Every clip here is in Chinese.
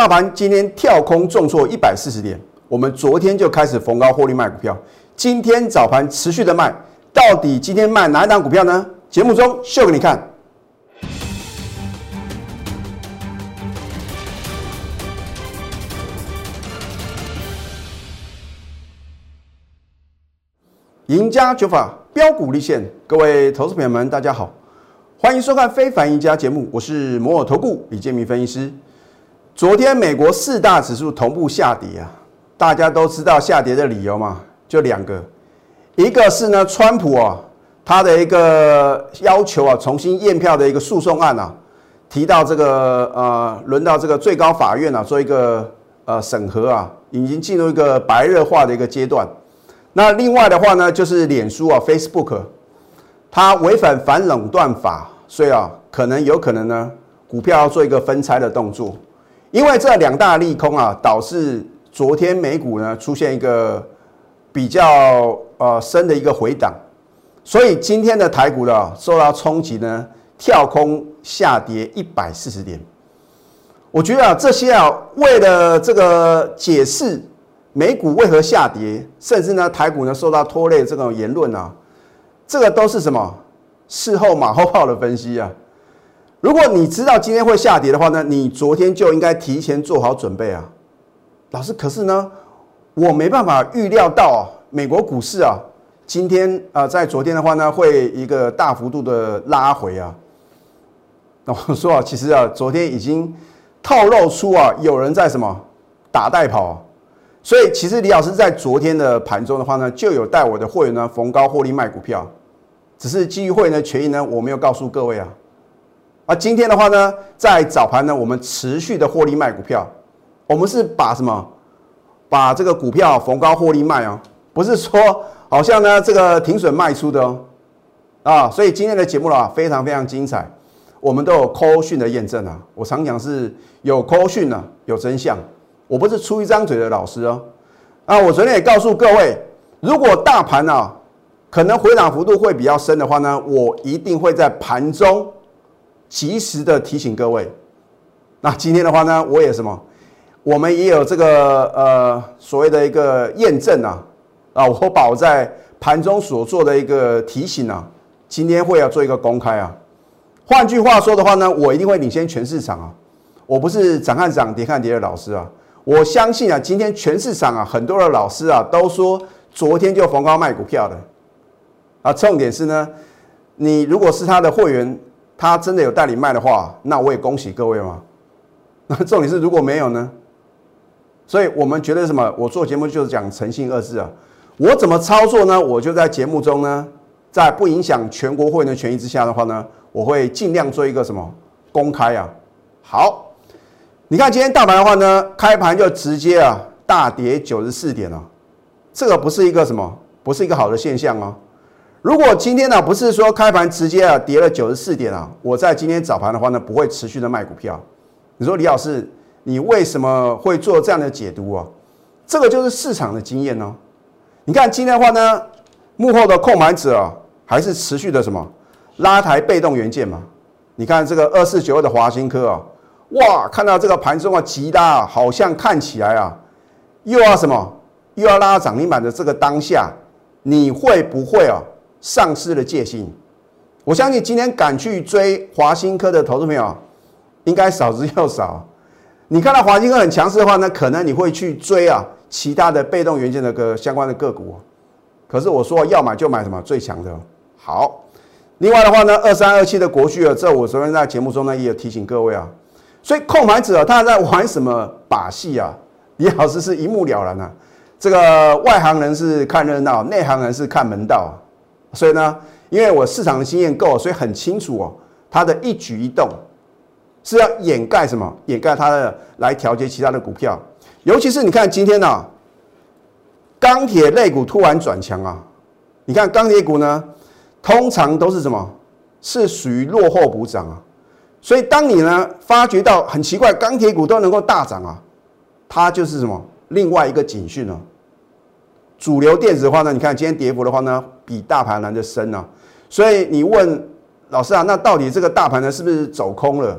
大盘今天跳空重挫140点，我们昨天就开始逢高获利卖股票，今天早盘持续的卖，到底今天卖哪一档股票呢？节目中秀给你看。赢家九法标股立现，各位投资朋友们，大家好，欢迎收看《非凡赢家》节目，我是摩尔投顾李建民分析师。昨天美国4大指数同步下跌啊，大家都知道下跌的理由嘛，就2个，一个是呢，川普啊，他的一个要求啊，重新验票的一个诉讼案啊，提到这个轮到这个最高法院啊做一个审核啊，已经进入一个白热化的一个阶段。那另外的话呢，就是脸书啊 ，Facebook， 它违反反垄断法，所以啊，有可能呢，股票要做一个分拆的动作。因为这2大利空啊，导致昨天美股呢出现一个比较深的一个回档，所以今天的台股呢受到冲击呢，跳空下跌140点。我觉得啊，这些啊，为了这个解释美股为何下跌，甚至呢台股呢受到拖累这种言论啊，这个都是什么事后马后炮的分析啊。如果你知道今天会下跌的话呢，你昨天就应该提前做好准备啊。老师，可是呢，我没办法预料到啊，美国股市啊，今天在昨天的话呢，会一个大幅度的拉回啊。那我说啊，其实啊，昨天已经透露出啊，有人在什么打带跑啊。所以其实李老师在昨天的盘中的话呢，就有带我的会员呢逢高获利卖股票，只是基于会员的权益呢，我没有告诉各位啊。今天的话呢，在早盘呢，我们持续的获利卖股票，我们是把什么？把这个股票逢高获利卖哦，不是说好像呢这个停损卖出的哦，所以今天的节目啊非常非常精彩，我们都有call讯的验证啊。我常讲是有call讯啊，有真相，我不是出一张嘴的老师哦。我昨天也告诉各位，如果大盘啊可能回档幅度会比较深的话呢，我一定会在盘中及时的提醒各位。那今天的话呢，我也我们也有这个所谓的一个验证啊，我把我在盘中所做的一个提醒啊，今天会要做一个公开啊。换句话说的话呢，我一定会领先全市场啊。我不是涨看涨跌看跌的老师啊。我相信啊，今天全市场啊，很多的老师啊都说昨天就逢高卖股票的重点是呢，你如果是他的会员，他真的有带你卖的话，那我也恭喜各位嘛。那重点是如果没有呢？所以我们觉得我做节目就是讲诚信2字啊。我怎么操作呢？我就在节目中呢，在不影响全国会员的权益之下的话呢，我会尽量做一个公开啊。好，你看今天大盘的话呢，开盘就直接大跌94点啊，这个不是一个不是一个好的现象哦。如果今天不是说开盘直接跌了94点啊，我在今天早盘的话呢，不会持续的卖股票。你说李老师，你为什么会做这样的解读啊？这个就是市场的经验哦。你看今天的话呢，幕后的控盘者还是持续的拉抬被动元件嘛。你看这个2492的华新科哇，看到这个盘中急拉好像看起来又要拉涨停板的这个当下，你会不会丧失了戒心？我相信今天敢去追华新科的投资朋友应该少之又少。你看到华新科很强势的话呢，可能你会去追其他的被动元件的相关的个股。可是我说要买就买最强的。好，另外的话呢，2327的国巨这我昨天在节目中呢也有提醒各位所以控盘者他在玩什么把戏李老师是一目了然这个外行人是看热闹，内行人是看门道所以呢，因为我市场的经验够，所以很清楚他的一举一动是要掩盖掩盖他的来调节其他的股票。尤其是你看今天钢铁类股突然转强你看钢铁股呢，通常都是是属于落后补涨所以当你呢发觉到很奇怪，钢铁股都能够大涨它就是另外一个警讯主流电子的话呢，你看今天跌幅的话呢，比大盘来的深所以你问老师那到底这个大盘呢是不是走空了，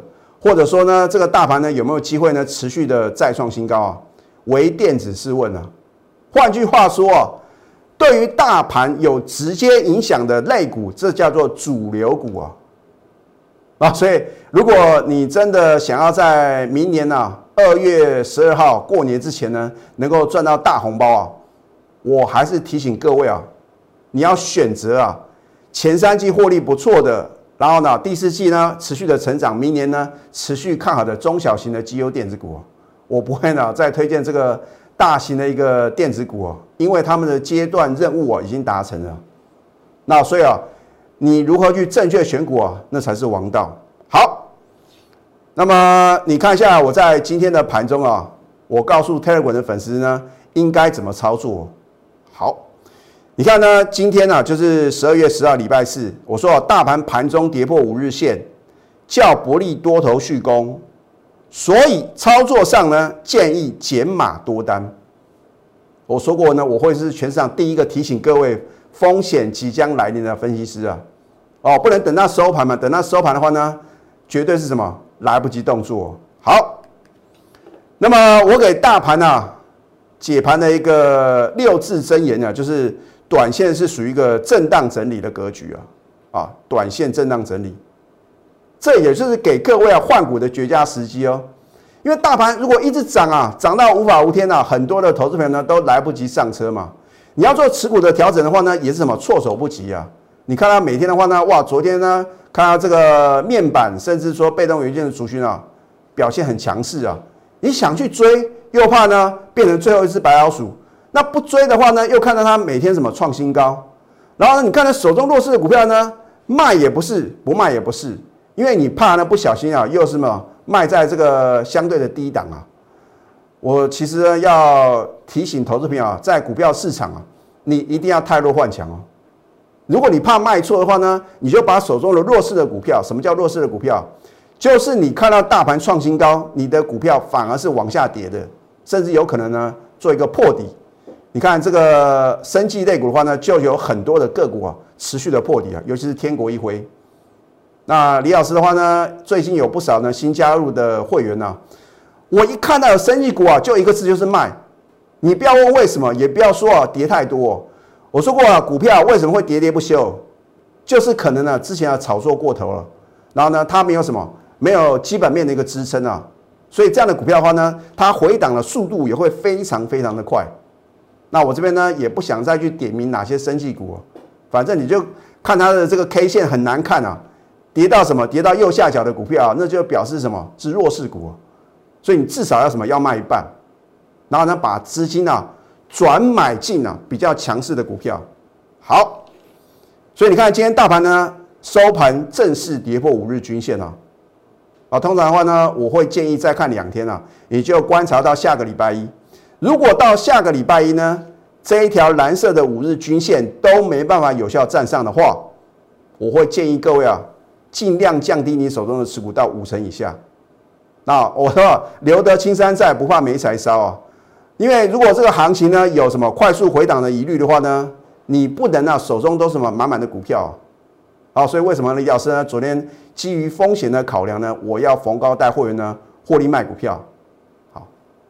或者说呢，这个大盘呢有没有机会呢持续的再创新高啊？唯电子试问啊。换句话说啊，对于大盘有直接影响的类股，这叫做主流股啊。所以如果你真的想要在明年2月12号过年之前呢，能够赚到大红包啊，我还是提醒各位啊，你要选择前3季获利不错的。然后呢，第4季呢持续的成长，明年呢持续看好的中小型的绩优电子股我不会呢再推荐这个大型的一个电子股因为他们的阶段任务已经达成了。那所以你如何去正确选股那才是王道。好，那么你看一下我在今天的盘中我告诉 Telegram 的粉丝呢应该怎么操作。好。你看呢，今天就是12月10号礼拜四，我说大盘盘中跌破5日线，较不利多头续攻，所以操作上呢建议减码多单。我说过呢，我会是全市场第一个提醒各位风险即将来临的分析师不能等到收盘嘛，等到收盘的话呢，绝对是什么来不及动作。好，那么我给大盘解盘的一个6字真言就是短线是属于一个震荡整理的格局短线震荡整理，这也就是给各位换股的绝佳时机因为大盘如果一直涨涨到无法无天很多的投资朋友呢都来不及上车嘛。你要做持股的调整的话呢，也是什么措手不及你看到每天的话呢，哇，昨天呢看到这个面板，甚至说被动元件的族群表现很强势你想去追，又怕呢变成最后一只白老鼠。那不追的话呢，又看到它每天什么创新高，然后呢，你看到手中弱势的股票呢，卖也不是，不卖也不是，因为你怕呢不小心又是什么卖在这个相对的低档我其实呢要提醒投资朋友在股票市场你一定要汰弱换强如果你怕卖错的话呢，你就把手中的弱势的股票，什么叫弱势的股票？就是你看到大盘创新高，你的股票反而是往下跌的，甚至有可能呢做一个破底。你看这个生技类股的话呢，就有很多的个股持续的破底尤其是天国一辉。那李老师的话呢，最近有不少呢新加入的会员我一看到有生技股就一个字就是卖。你不要问为什么，也不要说跌太多我说过股票为什么会喋喋不休，就是可能之前炒作过头了，然后呢它没有什么，没有基本面的一个支撑所以这样的股票的话呢，它回档的速度也会非常非常的快。那我这边呢也不想再去点名哪些生技股反正你就看它的这个 K 线很难看跌到什么，跌到右下角的股票那就表示什么是弱势股所以你至少要什么，要卖一半，然后呢把资金转买进比较强势的股票。好，所以你看今天大盘呢收盘正式跌破5日均线通常的话呢，我会建议再看2天也就观察到下个礼拜一。如果到下个礼拜一呢，这一条蓝色的5日均线都没办法有效站上的话，我会建议各位尽量降低你手中的持股到50%以下。那我说留得青山在，不怕没柴烧因为如果这个行情呢有什么快速回档的疑虑的话呢，你不能手中都是什么满满的股票所以为什么李老师呢昨天基于风险的考量呢，我要逢高带会员呢获利卖股票。好，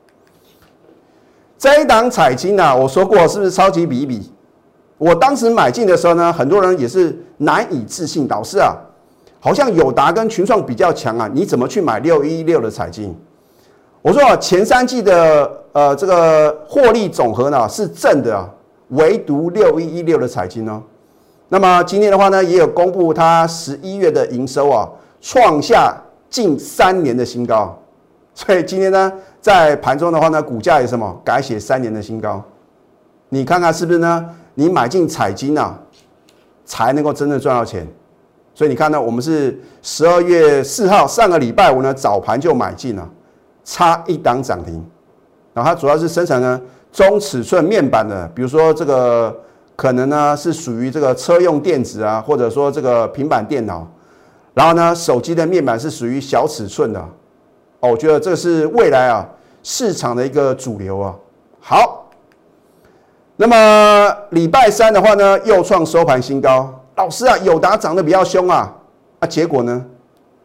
这一档彩晶我说过是不是超级比一比？我当时买进的时候呢，很多人也是难以置信，老师好像友达跟群创比较强你怎么去买6116的彩晶？我说前3季的这个获利总和呢是正的唯独6116的彩晶那么今天的话呢，也有公布它11月的营收创下近3年的新高，所以今天呢，在盘中的话呢，股价有什么改写3年的新高？你看看是不是呢？你买进彩晶才能够真正赚到钱。所以你看呢，我们是12月4号上个礼拜五呢早盘就买进差1档涨停。然后它主要是生产呢中尺寸面板的，比如说这个可能呢是属于这个车用电子或者说这个平板电脑。然后呢，手机的面板是属于小尺寸的我觉得这是未来市场的一个主流好，那么礼拜3的话呢，又创收盘新高。老师友达涨得比较凶结果呢，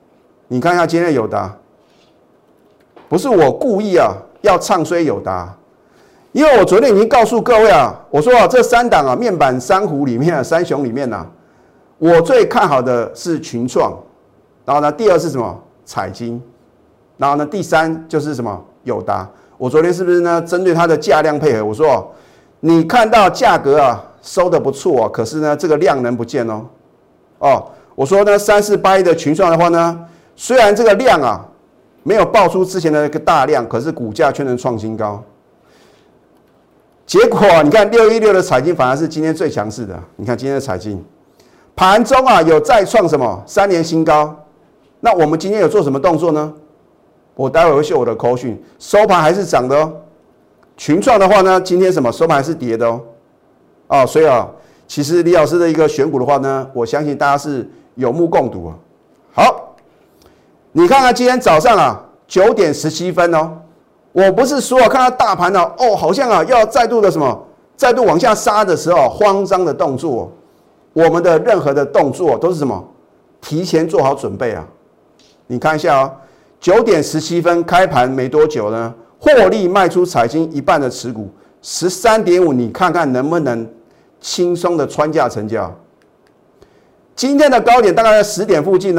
你看一下今天的友达，不是我故意要唱衰友达，因为我昨天已经告诉各位我说这3档面板三虎里面三雄里面我最看好的是群创，然后呢第2是什么彩晶，然后呢第3就是什么友达。我昨天是不是呢针对它的价量配合，我说你看到价格收的不错可是呢这个量能不见我说呢3481的群创的话呢，虽然这个量没有爆出之前的一个大量，可是股价却能创新高。结果你看616的彩晶反而是今天最强势的。你看今天的彩晶盘中有再创什么3年新高。那我们今天有做什么动作呢？我待会会秀我的口讯，收盘还是涨的群创的话呢，今天什么收盘还是跌的所以其实李老师的一个选股的话呢，我相信大家是有目共睹好，你看看今天早上9点17分我不是说看到大盘好像要再度的什么，再度往下杀的时候慌张的动作，我们的任何的动作都是什么？提前做好准备你看一下9点17分开盘没多久呢，获利卖出彩晶一半的持股 13.5， 你看看能不能轻松的穿价成交。今天的高点大概在10点附近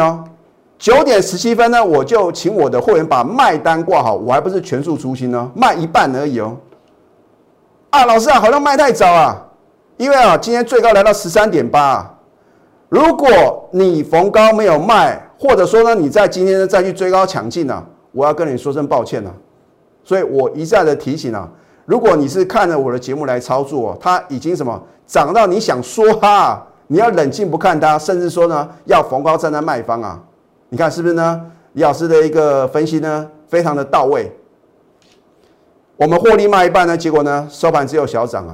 9点17分呢，我就请我的会员把卖单挂好，我还不是全数出清卖一半而已老师好像卖太早因为今天最高来到 13.8如果你逢高没有卖，或者说呢你在今天再去追高抢进我要跟你说声抱歉所以我一再的提醒如果你是看了我的节目来操作它已经什么涨到你想说它你要冷静不看它，甚至说呢要逢高站在卖方你看是不是呢？李老师的一个分析呢非常的到位。我们获利卖一半呢，结果呢收盘只有小涨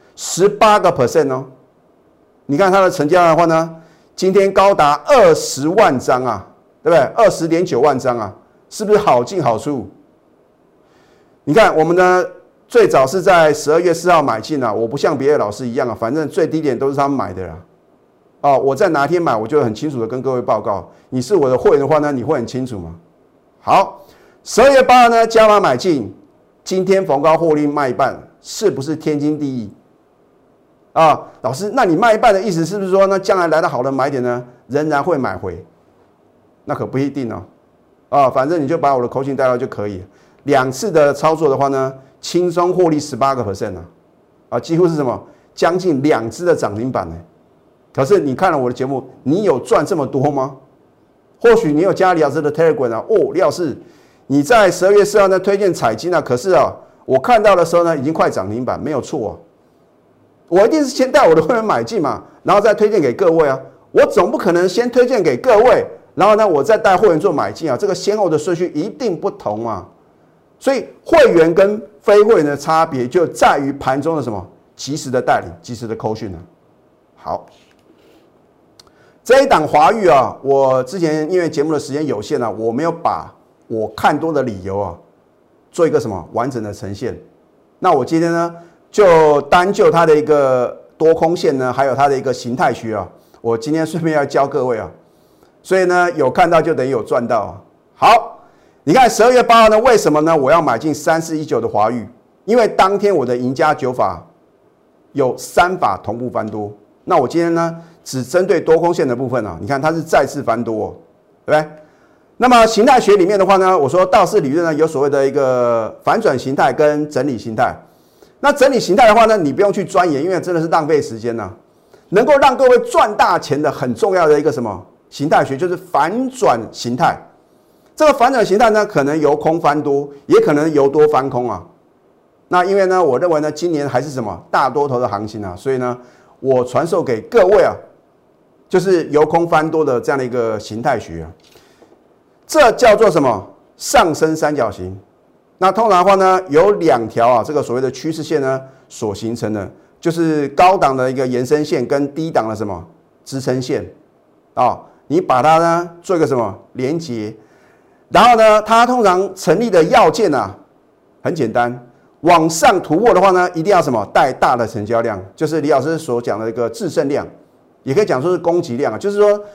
18% 你看它的成交量的话呢，今天高达20万张对不对？20.9万张是不是好进好出？你看我们呢最早是在12月4号买进我不像别的老师一样反正最低点都是他们买的我在哪天买，我就很清楚的跟各位报告。你是我的会员的话呢，你会很清楚吗？好，12月8号呢加码买进，今天逢高获利卖一半，是不是天经地义？老师，那你卖一半的意思是不是说呢，将来来到好的买点呢，仍然会买回？那可不一定反正你就把我的口讯带到就可以。2次的操作的话呢，轻松获利18% 几乎是什么？将近2只的涨停板呢。可是你看了我的节目，你有赚这么多吗？或许你有加李老师的 Telegram 李老师，你在12月4号呢推荐彩晶可是我看到的时候呢已经快涨停板，没有错我一定是先带我的会员买进嘛，然后再推荐给各位我总不可能先推荐给各位，然后呢我再带会员做买进这个先后的顺序一定不同嘛。所以会员跟非会员的差别就在于盘中的什么及时的带领，及时的扣讯好。这一档华裕我之前因为节目的时间有限我没有把我看多的理由做一个什么完整的呈现。那我今天呢就单就它的一个多空线呢，还有它的一个形态学我今天顺便要教各位所以呢有看到就等于有赚到好，你看12月8号呢，为什么呢？我要买进3419的华裕，因为当天我的赢家9法有3法同步翻多。那我今天呢只针对多空线的部分你看它是再次翻多对不对？那么形态学里面的话呢，我说道氏理论呢有所谓的一个反转形态跟整理形态。那整理形态的话呢，你不用去钻研，因为真的是浪费时间能够让各位赚大钱的很重要的一个什么形态学，就是反转形态。这个反转形态呢，可能由空翻多，也可能由多翻空那因为呢，我认为呢，今年还是什么大多头的行情所以呢，我传授给各位就是由空翻多的这样的一个形态学这叫做什么上升三角形。那通常的话呢，有2条这个所谓的趋势线呢所形成的，就是高档的一个延伸线跟低档的什么支撑线你把它呢做一个什么连结，然后呢，它通常成立的要件很简单，往上突破的话呢，一定要什么带大的成交量，就是李老师所讲的一个制胜量，也可以讲说是供给量就是说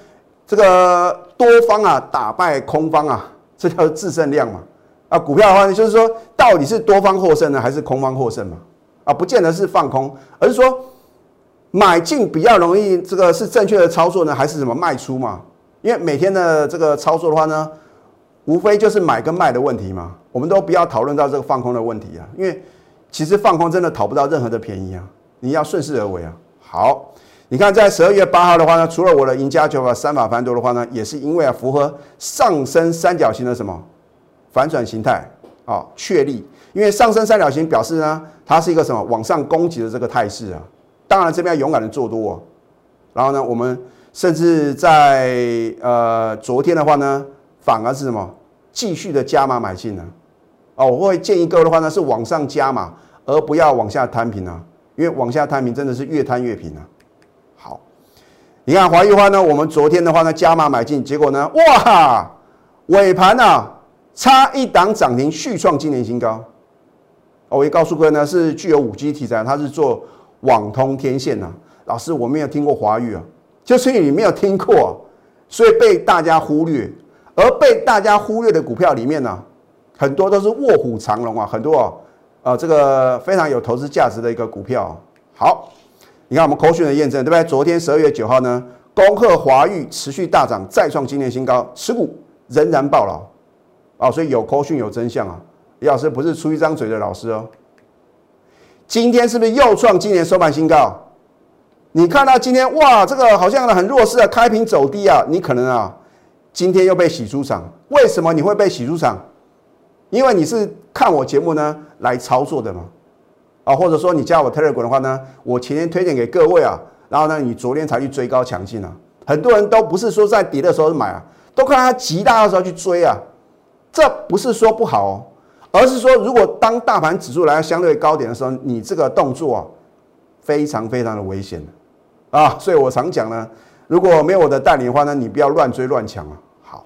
这个多方啊打败空方啊，这叫制胜量嘛。啊，股票的话呢，就是说到底是多方获胜呢，还是空方获胜嘛？啊，不见得是放空，而是说买进比较容易，这个是正确的操作呢，还是什么卖出嘛？因为每天的这个操作的话呢，无非就是买跟卖的问题嘛。我们都不要讨论到这个放空的问题啊，因为其实放空真的讨不到任何的便宜啊，你要顺势而为啊。好，你看在12月8号的话呢，除了我的赢家九法3法翻多的话呢，也是因为符合上升三角形的什么反转形态啊，确立。因为上升三角形表示呢，它是一个什么往上攻击的这个态势啊。当然这边要勇敢的做多、哦，然后呢，我们甚至在昨天的话呢，反而是什么继续的加码买进呢？哦，我会建议各位的话呢，是往上加码，而不要往下摊平啊，因为往下摊平真的是越摊越平啊。好，你看华裕的话呢，我们昨天的话呢加码买进，结果呢，哇，尾盘啊差一档涨停续创今年新高。我也告诉各位呢，是具有5G 题材，它是做网通天线啊。老师，我没有听过华裕啊，就是因为你没有听过，所以被大家忽略。而被大家忽略的股票里面呢、很多都是卧虎藏龙啊，很多这个非常有投资价值的一个股票。好，你看我们口讯的验证，对不对？昨天12月9号呢，恭贺华裕持续大涨，再创今年新高，持股仍然爆牢所以有口讯有真相啊。李老师不是出一张嘴的老师哦。今天是不是又创今年收盘新高？你看到今天哇，这个好像很弱势啊，开平走低啊，你可能今天又被洗出场。为什么你会被洗出场？因为你是看我节目呢来操作的嘛，或者说你加我 Telegram 的话呢，我前天推荐给各位啊，然后呢你昨天才去追高抢进啊。很多人都不是说在跌的时候买啊，都看它极大的时候去追啊，这不是说不好哦。而是说，如果当大盘指数来到相对高点的时候，你这个动作非常非常的危险所以我常讲呢，如果没有我的带领的话呢，你不要乱追乱抢啊。好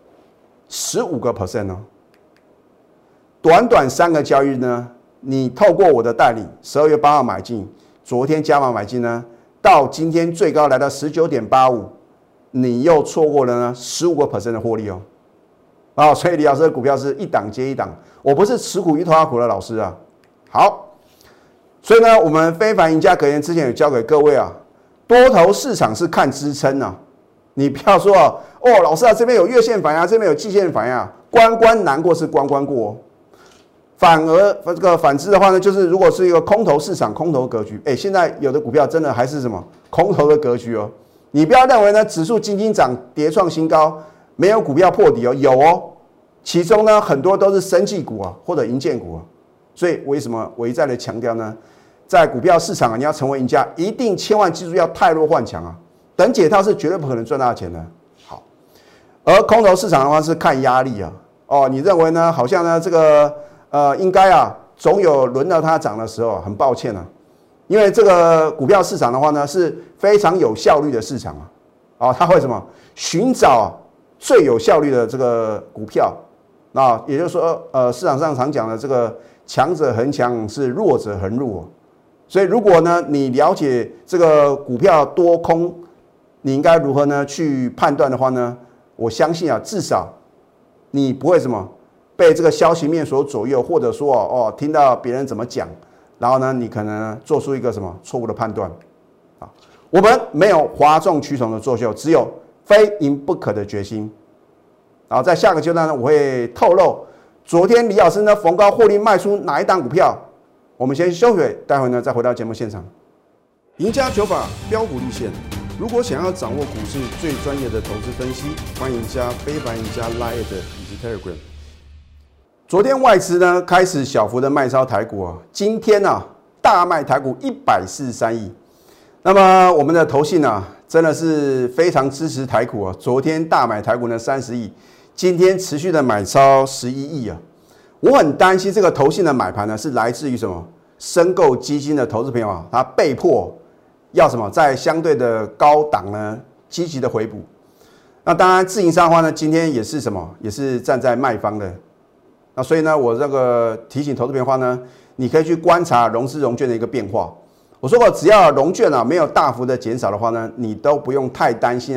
，15% 哦，短短3个交易日呢，你透过我的带领，12月8号买进，昨天加码买进呢，到今天最高来到19.85，你又错过了呢15% 的获利哦。所以李老师的股票是一档接一档，我不是持股一头阿苦的老师啊。好，所以呢，我们非凡赢家格言之前有教给各位多头市场是看支撑啊，你不要说老师这边有月线反压，这边有季线反压，关关难过是关关过哦。反而这个反之的话呢，就是如果是一个空头市场、空头格局，现在有的股票真的还是什么空头的格局哦。你不要认为呢指数轻轻涨，跌创新高。没有股票破底有其中呢很多都是生技股或者营建股所以为什么我一再的强调呢？在股票市场你要成为赢家，一定千万记住要汰弱换强等解套是绝对不可能赚大钱的。好，而空头市场的话是看压力你认为呢？好像呢这个应该总有轮到它涨的时候很抱歉因为这个股票市场的话呢是非常有效率的市场它会什么寻找最有效率的这个股票，也就是说，市场上常讲的这个强者恒强是弱者恒弱，所以如果呢你了解这个股票多空，你应该如何呢去判断的话呢？我相信至少你不会什么被这个消息面所左右，或者说听到别人怎么讲，然后呢你可能做出一个什么错误的判断我们没有哗众取宠的作秀，只有非赢不可的决心。然后在下个阶段呢，我会透露昨天李老师呢逢高获利卖出哪一档股票。我们先休息，待会呢再回到节目现场。赢家九法标股立线，如果想要掌握股市最专业的投资分析，欢迎加非凡赢家 Line 以及 Telegram。昨天外资呢开始小幅的卖超台股今天大卖台股143亿。那么我们的投信真的是非常支持台股昨天大买台股呢30亿，今天持续的买超11亿我很担心这个投信的买盘呢是来自于什么申购基金的投资朋友他被迫要什么在相对的高档呢积极的回补。那当然自营商的话呢，今天也是什么，也是站在卖方的。那所以呢，我这个提醒投资朋友的话呢，你可以去观察融资融券的一个变化。我说过，只要融券没有大幅的减少的话呢，你都不用太担心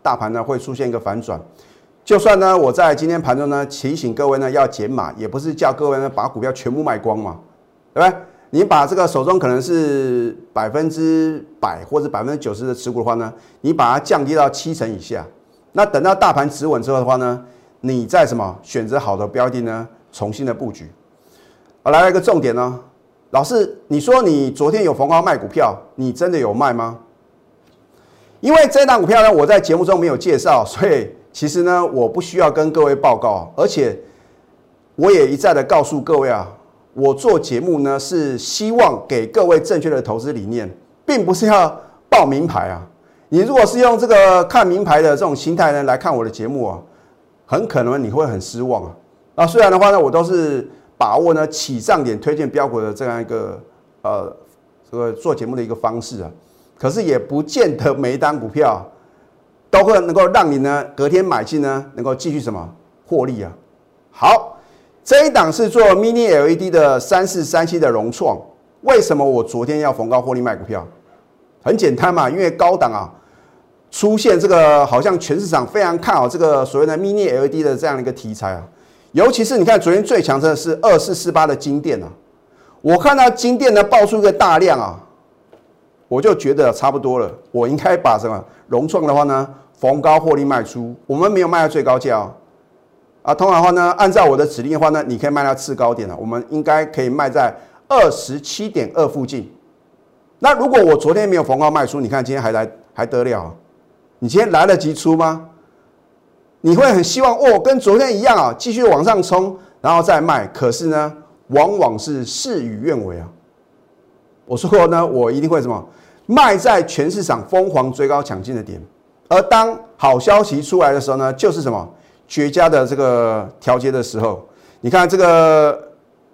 大盘呢会出现一个反转。就算呢我在今天盘中呢提醒各位呢要减码，也不是叫各位呢把股票全部卖光嘛，对不对？你把这个手中可能是100%或者90%的持股的话呢，你把它降低到70%以下。那等到大盘止稳之后的话呢，你再选择好的标的呢，重新的布局。来了一个重点呢，老师，你说你昨天有逢高卖股票，你真的有卖吗？因为这档股票呢，我在节目中没有介绍，所以其实呢，我不需要跟各位报告，而且我也一再的告诉各位啊，我做节目呢是希望给各位正确的投资理念，并不是要报名牌啊。你如果是用这个看名牌的这种心态呢来看我的节目啊，很可能你会很失望啊。虽然的话呢，我都是把握呢起涨点推荐标股的这样一个这个做节目的一个方式啊，可是也不见得每一档股票都会能够让你呢隔天买进呢能够继续获利啊。好，这一档是做 Mini LED 的3437的融创，为什么我昨天要逢高获利卖股票？很简单嘛，因为高档啊出现这个好像全市场非常看好这个所谓的 Mini LED 的这样的一个题材啊，尤其是你看昨天最强的是2448的晶电啊，我看到晶电呢爆出一个大量啊，我就觉得差不多了，我应该把融创的话呢逢高获利卖出，我们没有卖到最高价通常的话呢，按照我的指令的话呢，你可以卖到次高点我们应该可以卖在27.2附近。那如果我昨天没有逢高卖出，你看今天还得了？你今天来得及出吗？你会很希望跟昨天一样继续往上冲，然后再卖。可是呢，往往是事与愿违我说过呢，我一定会卖在全市场疯狂追高抢进的点。而当好消息出来的时候呢，就是绝佳的这个调节的时候。你看这个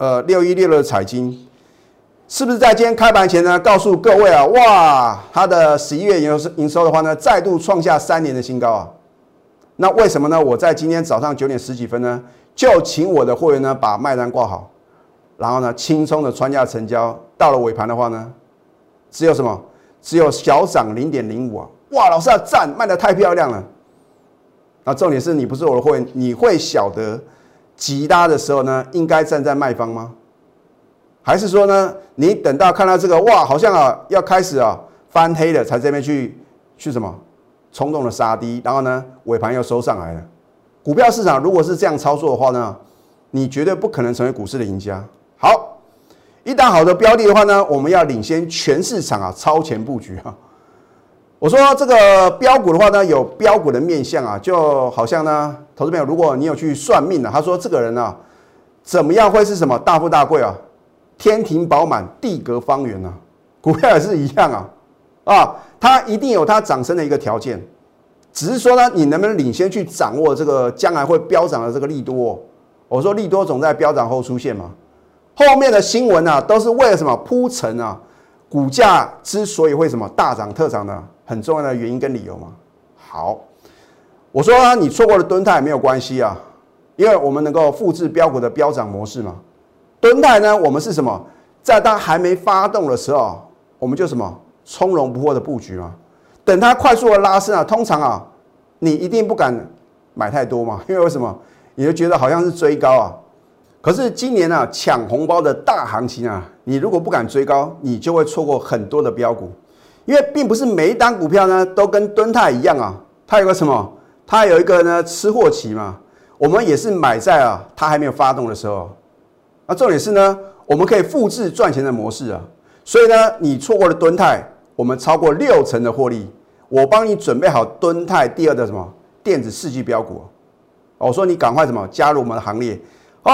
6166的彩晶。是不是在今天开盘前呢，告诉各位哇，它的11月营收的话呢，再度创下3年的新高那为什么呢？我在今天早上9点10几分呢，就请我的会员呢把卖单挂好，然后呢轻松的穿价成交，到了尾盘的话呢，只有小涨0.05哇，老师赞，卖得太漂亮了。那重点是你不是我的会员，你会晓得急拉的时候呢，应该站在卖方吗？还是说呢，你等到看到这个哇，好像要开始翻黑了，才这边去冲动的杀低，然后呢尾盘又收上来了。股票市场如果是这样操作的话呢，你绝对不可能成为股市的赢家。好，一档好的标的的话呢，我们要领先全市场超前布局我说这个标股的话呢，有标股的面向就好像呢，投资朋友，如果你有去算命他说这个人怎么样会是大富大贵天庭饱满，地阁方圆股票也是一样它一定有它涨升的一个条件，只是说呢，你能不能领先去掌握这个将来会飙涨的这个利多我说利多总在飙涨后出现嘛，后面的新闻都是为了铺陈股价之所以会大涨特涨的很重要的原因跟理由嘛。好，我说你错过了敦泰没有关系因为我们能够复制标股的飙涨模式嘛。敦泰呢，我们是在它还没发动的时候，我们就从容不迫的布局嘛。等它快速的拉升通常你一定不敢买太多嘛，因为为什么？你就觉得好像是追高可是今年抢红包的大行情你如果不敢追高，你就会错过很多的标股，因为并不是每一档股票呢都跟敦泰一样它有个它有一个呢吃货期嘛。我们也是买在它还没有发动的时候。那重点是呢，我们可以复制赚钱的模式所以呢，你错过了敦泰，我们超过60%的获利，我帮你准备好敦泰第二的电子世纪标股我说你赶快加入我们的行列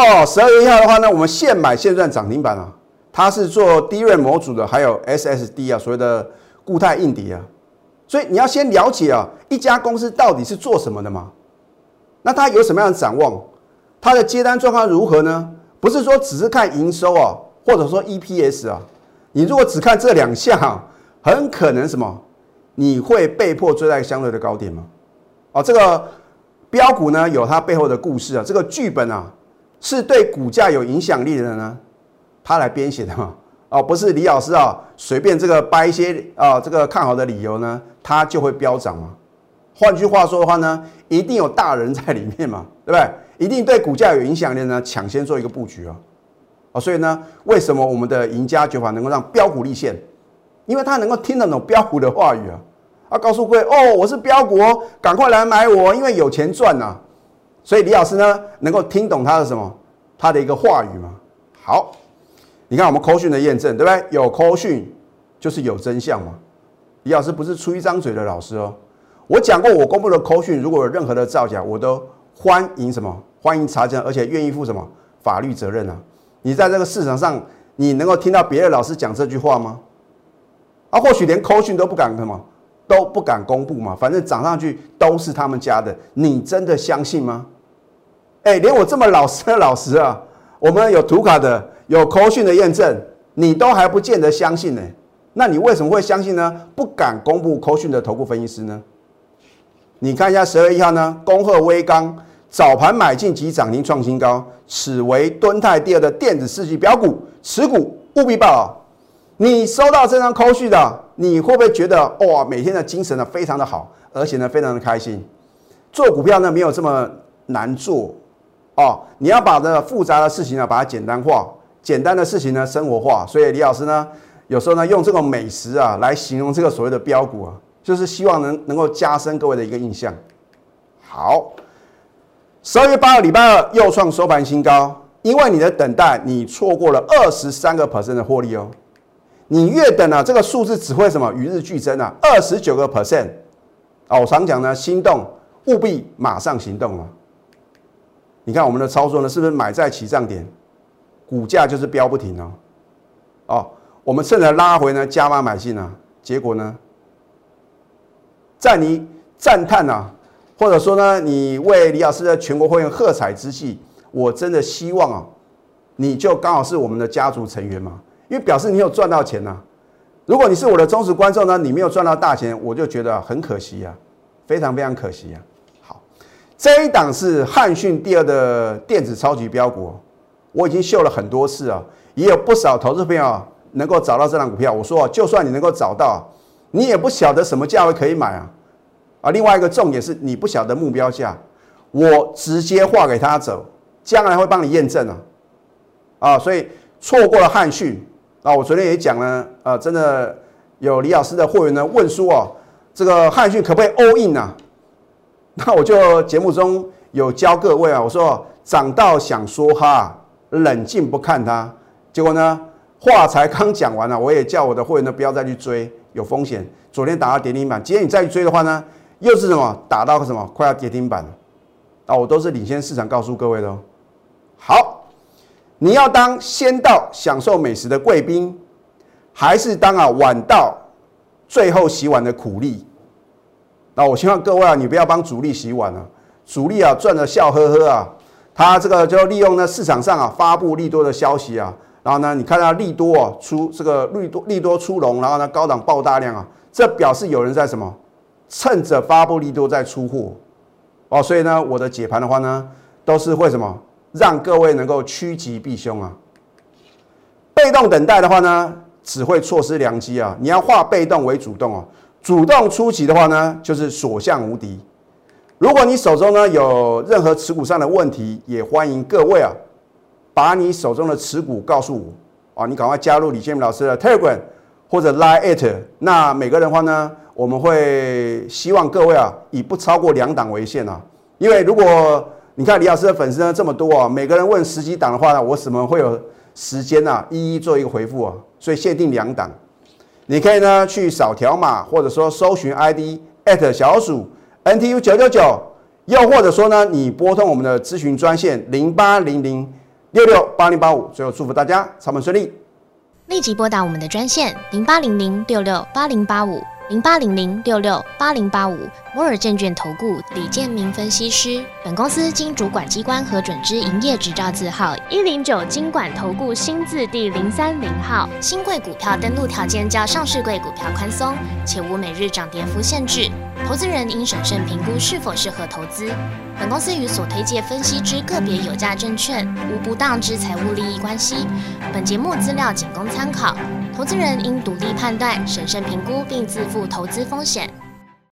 12月1号的话呢，我们现买现赚涨停板它是做 DRAM 模组的，还有 SSD 所谓的固态硬碟所以你要先了解一家公司到底是做什么的嘛，那它有什么样的展望，它的接单状况如何呢？不是说只是看营收或者说 EPS 你如果只看这2项很可能你会被迫追在相对的高点嘛。这个标股呢有它背后的故事这个剧本是对股价有影响力的人呢，他来编写的嘛。不是李老师随便掰一些这个看好的理由呢，它就会飙涨嘛。 换句话说的话呢，一定有大人在里面嘛，对不对？一定对股价有影响力呢，抢先做一个布局所以呢，为什么我们的赢家九法能够让标股立现？因为他能够听得懂标股的话语告诉各位我是标股赶快来买我，因为有钱赚啊。所以李老师呢，能够听懂他的什么？他的一个话语嘛。好，你看我们扣讯的验证，对不对？有扣讯就是有真相嘛。李老师不是出一张嘴的老师我讲过，我公布的扣讯如果有任何的造假，我都欢迎什么？欢迎查证，而且愿意负什么法律责任啊？你在这个市场上，你能够听到别的老师讲这句话吗？或许连扣讯都不敢什么，都不敢公布嘛，反正涨上去都是他们家的，你真的相信吗？连我这么老实的老师我们有图卡的，有扣讯的验证，你都还不见得相信呢。那你为什么会相信呢？不敢公布扣讯的投顾分析师呢？你看一下12月1号呢，恭贺威刚早盘买进及涨停创新高，此为敦泰第二的电子世纪标股，持股务必报你收到这张扣讯的，你会不会觉得每天的精神呢非常的好，而且呢非常的开心？做股票呢没有这么难做你要把这复杂的事情呢把它简单化，简单的事情呢生活化。所以李老师呢有时候呢用这种美食来形容这个所谓的标股就是希望能够加深各位的一个印象。好，12月8号礼拜二又创收盘新高，因为你的等待，你错过了23% 的获利你越等这个数字只会什么与日俱增29%我常讲呢，心动务必马上行动你看我们的操作呢，是不是买在起涨点，股价就是飙不停我们趁着拉回呢加码买进结果呢，在你赞叹或者说呢，你为李老师的全国会员喝彩之际，我真的希望你就刚好是我们的家族成员嘛，因为表示你有赚到钱如果你是我的忠实观众呢，你没有赚到大钱，我就觉得很可惜非常非常可惜好，这一档是汉讯第二的电子超级标股我已经秀了很多次也有不少投资朋友能够找到这档股票。我说就算你能够找到，你也不晓得什么价位可以买另外一个重点是你不晓得目标价，我直接画给他走，将来会帮你验证所以错过了汉讯我昨天也讲了真的有李老师的会员呢问说这个汉讯可不可以 all in 那我就节目中有教各位我说涨到想说哈，冷静不看它，结果呢话才刚讲完我也叫我的会员呢不要再去追，有风险。昨天打到跌停板，今天你再去追的话呢，又是什么打到什么快要跌停板我都是领先市场告诉各位的好，你要当先到享受美食的贵宾，还是当晚到最后洗碗的苦力？我希望各位你不要帮主力洗碗主力赚得笑呵呵他这个就利用呢市场上发布利多的消息然后呢你看到利多出这个利多出笼，然后呢高档爆大量这表示有人在什么趁着发布利多在出货所以呢我的解盘的话呢都是会什么让各位能够趋吉避凶被动等待的话呢只会错失良机你要化被动为主动主动出击的话呢就是所向无敌。如果你手中呢有任何持股上的问题，也欢迎各位把你手中的持股告诉我你赶快加入李建明老师的 Telegram 或者 Line@， 那每个人的话呢我们会希望各位以不超过2档为限因为如果你看李老师的粉丝呢这么多每个人问10几档的话呢，我怎么会有时间一一做一个回复所以限定2档。你可以呢去扫条码，或者说搜寻 ID @NTU999，又或者说呢你拨通我们的咨询专线0800668085。最后祝福大家操盘顺利， 立即拨打我们的专线08006680850800668085。摩尔证券投顾李建明分析师。本公司经主管机关核准之营业执照字号109金管投顾新字第030号。新贵股票登录条件较上市贵股票宽松，且无每日涨跌幅限制。投资人应审慎评估是否适合投资。本公司与所推介分析之个别有价证券无不当之财务利益关系。本节目资料仅供参考，投资人应独立判断、审慎评估并自负投资风险。